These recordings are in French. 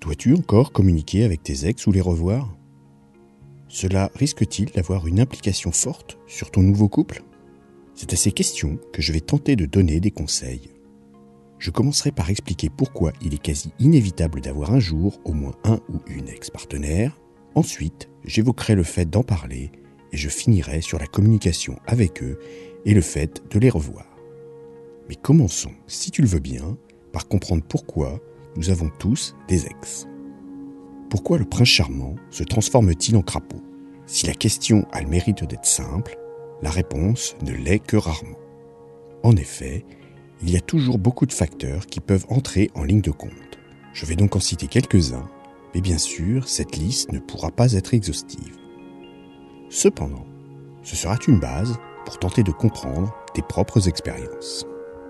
Dois-tu encore communiquer avec tes ex ou les revoir ? Cela risque-t-il d'avoir une implication forte sur ton nouveau couple ? C'est à ces questions que je vais tenter de donner des conseils. Je commencerai par expliquer pourquoi il est quasi inévitable d'avoir un jour au moins un ou une ex-partenaire. Ensuite, j'évoquerai le fait d'en parler et je finirai sur la communication avec eux et le fait de les revoir. Mais commençons, si tu le veux bien, par comprendre pourquoi nous avons tous des ex. Pourquoi le prince charmant se transforme-t-il en crapaud ? Si la question a le mérite d'être simple, la réponse ne l'est que rarement. En effet, il y a toujours beaucoup de facteurs qui peuvent entrer en ligne de compte. Je vais donc en citer quelques-uns, mais bien sûr, cette liste ne pourra pas être exhaustive. Cependant, ce sera une base pour tenter de comprendre tes propres expériences.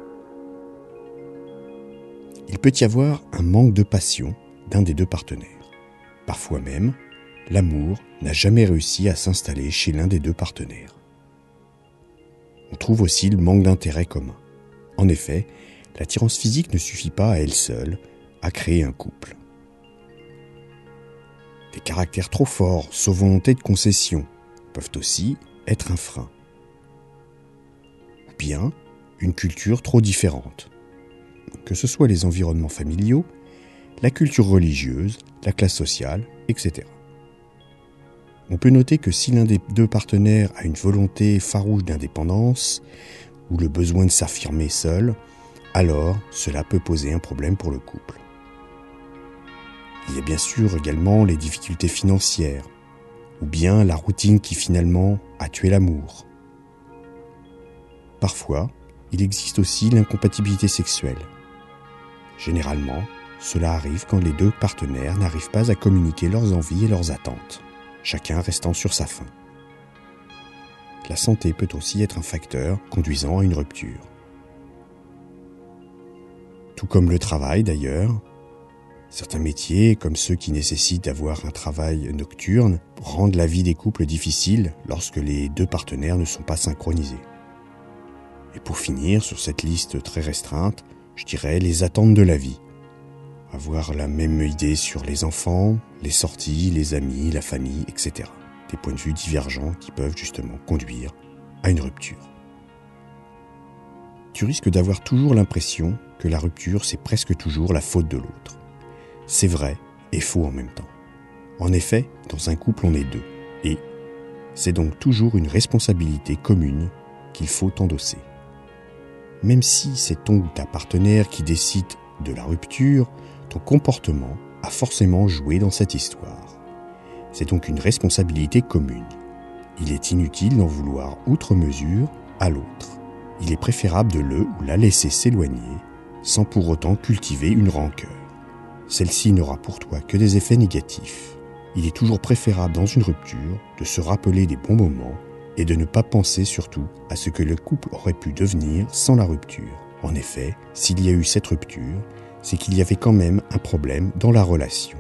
Il peut y avoir un manque de passion d'un des deux partenaires. Parfois même, l'amour n'a jamais réussi à s'installer chez l'un des deux partenaires. On trouve aussi le manque d'intérêt commun. En effet, l'attirance physique ne suffit pas à elle seule à créer un couple. Des caractères trop forts, sauf volonté de concession, peuvent aussi être un frein. Ou bien une culture trop différente. Que ce soit les environnements familiaux, la culture religieuse, la classe sociale, etc. On peut noter que si l'un des deux partenaires a une volonté farouche d'indépendance ou le besoin de s'affirmer seul, alors cela peut poser un problème pour le couple. Il y a bien sûr également les difficultés financières, ou bien la routine qui finalement a tué l'amour. Parfois, il existe aussi l'incompatibilité sexuelle. Généralement, cela arrive quand les deux partenaires n'arrivent pas à communiquer leurs envies et leurs attentes, chacun restant sur sa faim. La santé peut aussi être un facteur conduisant à une rupture. Tout comme le travail d'ailleurs, certains métiers, comme ceux qui nécessitent d'avoir un travail nocturne, rendent la vie des couples difficile lorsque les deux partenaires ne sont pas synchronisés. Et pour finir, sur cette liste très restreinte, je dirais les attentes de la vie. Avoir la même idée sur les enfants, les sorties, les amis, la famille, etc. Des points de vue divergents qui peuvent justement conduire à une rupture. Tu risques d'avoir toujours l'impression que la rupture, c'est presque toujours la faute de l'autre. C'est vrai et faux en même temps. En effet, dans un couple, on est deux. Et c'est donc toujours une responsabilité commune qu'il faut endosser. Même si c'est ton ou ta partenaire qui décide de la rupture, ton comportement a forcément joué dans cette histoire. C'est donc une responsabilité commune. Il est inutile d'en vouloir outre mesure à l'autre. Il est préférable de le ou la laisser s'éloigner sans pour autant cultiver une rancœur. Celle-ci n'aura pour toi que des effets négatifs. Il est toujours préférable dans une rupture de se rappeler des bons moments et de ne pas penser surtout à ce que le couple aurait pu devenir sans la rupture. En effet, s'il y a eu cette rupture, c'est qu'il y avait quand même un problème dans la relation.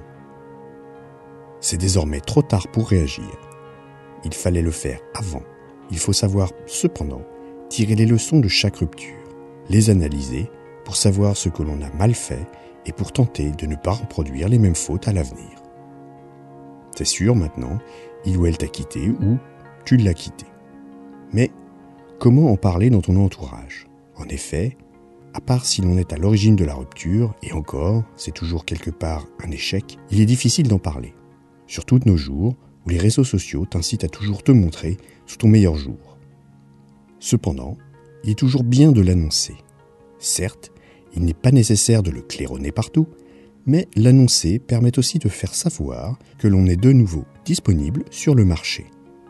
C'est désormais trop tard pour réagir. Il fallait le faire avant. Il faut savoir, cependant, tirer les leçons de chaque rupture, les analyser pour savoir ce que l'on a mal fait et pour tenter de ne pas reproduire les mêmes fautes à l'avenir. C'est sûr maintenant, il ou elle t'a quitté ou tu l'as quitté. Mais comment en parler dans ton entourage ? En effet, à part si l'on est à l'origine de la rupture, et encore, c'est toujours quelque part un échec, il est difficile d'en parler. Surtout de nos jours, où les réseaux sociaux t'incitent à toujours te montrer sous ton meilleur jour. Cependant, il est toujours bien de l'annoncer. Certes, il n'est pas nécessaire de le claironner partout, mais l'annoncer permet aussi de faire savoir que l'on est de nouveau disponible sur le marché.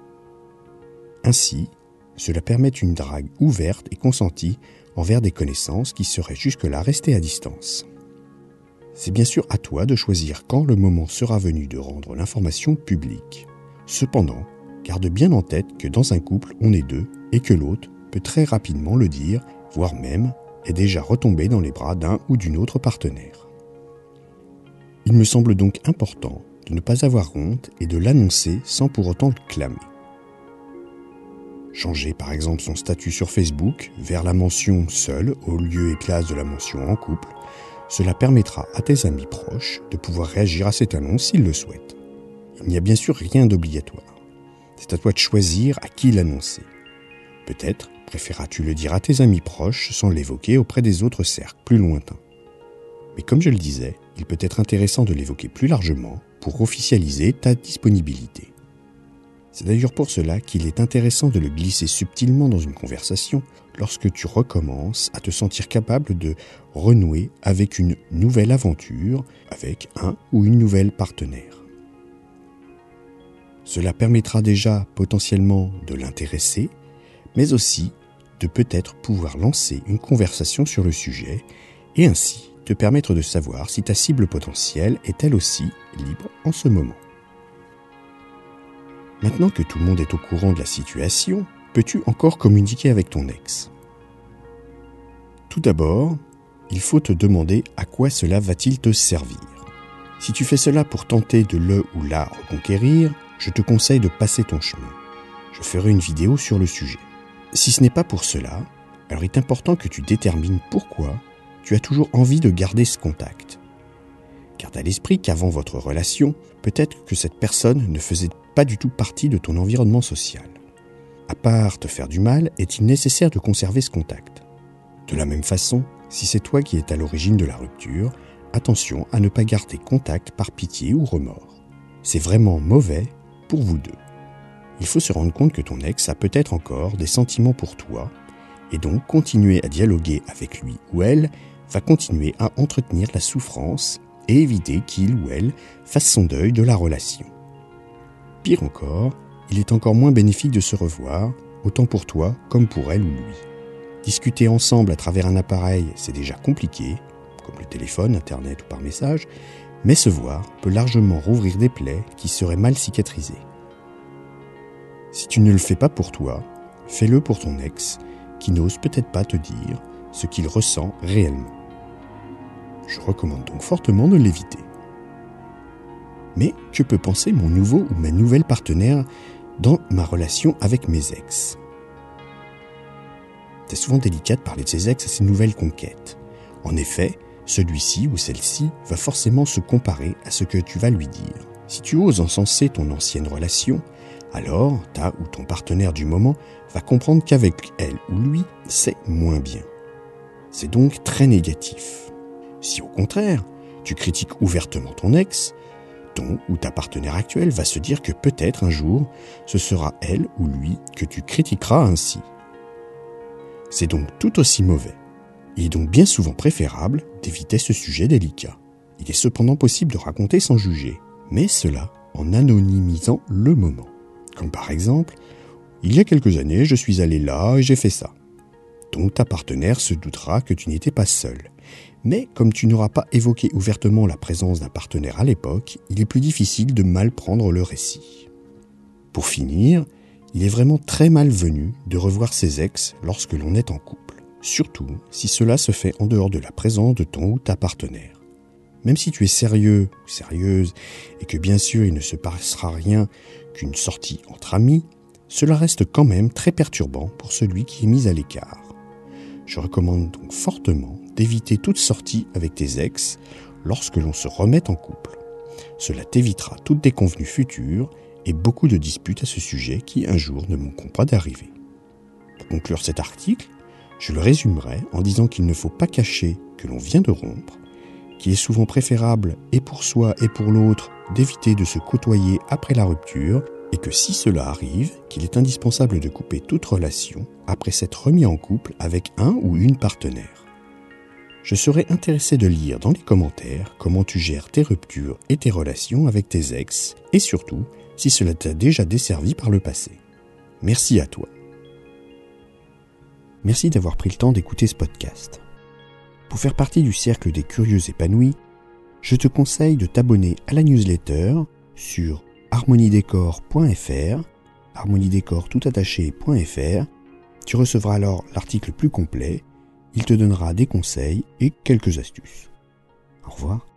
Ainsi, cela permet une drague ouverte et consentie envers des connaissances qui seraient jusque-là restées à distance. C'est bien sûr à toi de choisir quand le moment sera venu de rendre l'information publique. Cependant, garde bien en tête que dans un couple, on est deux et que l'autre peut très rapidement le dire, voire même est déjà retombé dans les bras d'un ou d'une autre partenaire. Il me semble donc important de ne pas avoir honte et de l'annoncer sans pour autant le clamer. Changer par exemple son statut sur Facebook vers la mention « seul » au lieu et place de la mention « en couple », Cela permettra à tes amis proches de pouvoir réagir à cette annonce s'ils le souhaitent. Il n'y a bien sûr rien d'obligatoire. C'est à toi de choisir à qui l'annoncer. Peut-être préféreras-tu le dire à tes amis proches sans l'évoquer auprès des autres cercles plus lointains. Mais comme je le disais, il peut être intéressant de l'évoquer plus largement pour officialiser ta disponibilité. C'est d'ailleurs pour cela qu'il est intéressant de le glisser subtilement dans une conversation lorsque tu recommences à te sentir capable de renouer avec une nouvelle aventure, avec un ou une nouvelle partenaire. Cela permettra déjà potentiellement de l'intéresser, mais aussi de peut-être pouvoir lancer une conversation sur le sujet et ainsi te permettre de savoir si ta cible potentielle est elle aussi libre en ce moment. Maintenant que tout le monde est au courant de la situation, peux-tu encore communiquer avec ton ex ? Tout d'abord, il faut te demander à quoi cela va-t-il te servir. Si tu fais cela pour tenter de le ou la reconquérir, je te conseille de passer ton chemin. Je ferai une vidéo sur le sujet. Si ce n'est pas pour cela, alors il est important que tu détermines pourquoi tu as toujours envie de garder ce contact. Garde à l'esprit qu'avant votre relation, peut-être que cette personne ne faisait pas du tout partie de ton environnement social. À part te faire du mal, est-il nécessaire de conserver ce contact ? De la même façon, si c'est toi qui es à l'origine de la rupture, attention à ne pas garder contact par pitié ou remords. C'est vraiment mauvais pour vous deux. Il faut se rendre compte que ton ex a peut-être encore des sentiments pour toi, et donc continuer à dialoguer avec lui ou elle va continuer à entretenir la souffrance et éviter qu'il ou elle fasse son deuil de la relation. Pire encore, il est encore moins bénéfique de se revoir, autant pour toi comme pour elle ou lui. Discuter ensemble à travers un appareil, c'est déjà compliqué, comme le téléphone, Internet ou par message, mais se voir peut largement rouvrir des plaies qui seraient mal cicatrisées. Si tu ne le fais pas pour toi, fais-le pour ton ex, qui n'ose peut-être pas te dire ce qu'il ressent réellement. Je recommande donc fortement de l'éviter. Mais que peut penser mon nouveau ou ma nouvelle partenaire dans ma relation avec mes ex ? C'est souvent délicat de parler de ses ex à ses nouvelles conquêtes. En effet, celui-ci ou celle-ci va forcément se comparer à ce que tu vas lui dire. Si tu oses encenser ton ancienne relation, alors ta ou ton partenaire du moment va comprendre qu'avec elle ou lui, c'est moins bien. C'est donc très négatif. Si au contraire, tu critiques ouvertement ton ex, ton ou ta partenaire actuelle va se dire que peut-être un jour, ce sera elle ou lui que tu critiqueras ainsi. C'est donc tout aussi mauvais. Il est donc bien souvent préférable d'éviter ce sujet délicat. Il est cependant possible de raconter sans juger, mais cela en anonymisant le moment. Comme par exemple, il y a quelques années, je suis allé là et j'ai fait ça. Donc ta partenaire se doutera que tu n'étais pas seul. Mais comme tu n'auras pas évoqué ouvertement la présence d'un partenaire à l'époque, il est plus difficile de mal prendre le récit. Pour finir, il est vraiment très malvenu de revoir ses ex lorsque l'on est en couple, surtout si cela se fait en dehors de la présence de ton ou ta partenaire. Même si tu es sérieux ou sérieuse et que bien sûr il ne se passera rien qu'une sortie entre amis, cela reste quand même très perturbant pour celui qui est mis à l'écart. Je recommande donc fortement d'éviter toute sortie avec tes ex lorsque l'on se remet en couple. Cela t'évitera toutes déconvenues futures et beaucoup de disputes à ce sujet qui un jour ne manqueront pas d'arriver. Pour conclure cet article, je le résumerai en disant qu'il ne faut pas cacher que l'on vient de rompre, qu'il est souvent préférable et pour soi et pour l'autre d'éviter de se côtoyer après la rupture et que si cela arrive, qu'il est indispensable de couper toute relation après s'être remis en couple avec un ou une partenaire. Je serais intéressé de lire dans les commentaires comment tu gères tes ruptures et tes relations avec tes ex et surtout si cela t'a déjà desservi par le passé. Merci à toi. Merci d'avoir pris le temps d'écouter ce podcast. Pour faire partie du cercle des curieux épanouis, je te conseille de t'abonner à la newsletter sur harmoniedécor.fr, harmoniedécor.fr. Tu recevras alors l'article plus complet, il te donnera des conseils et quelques astuces. Au revoir.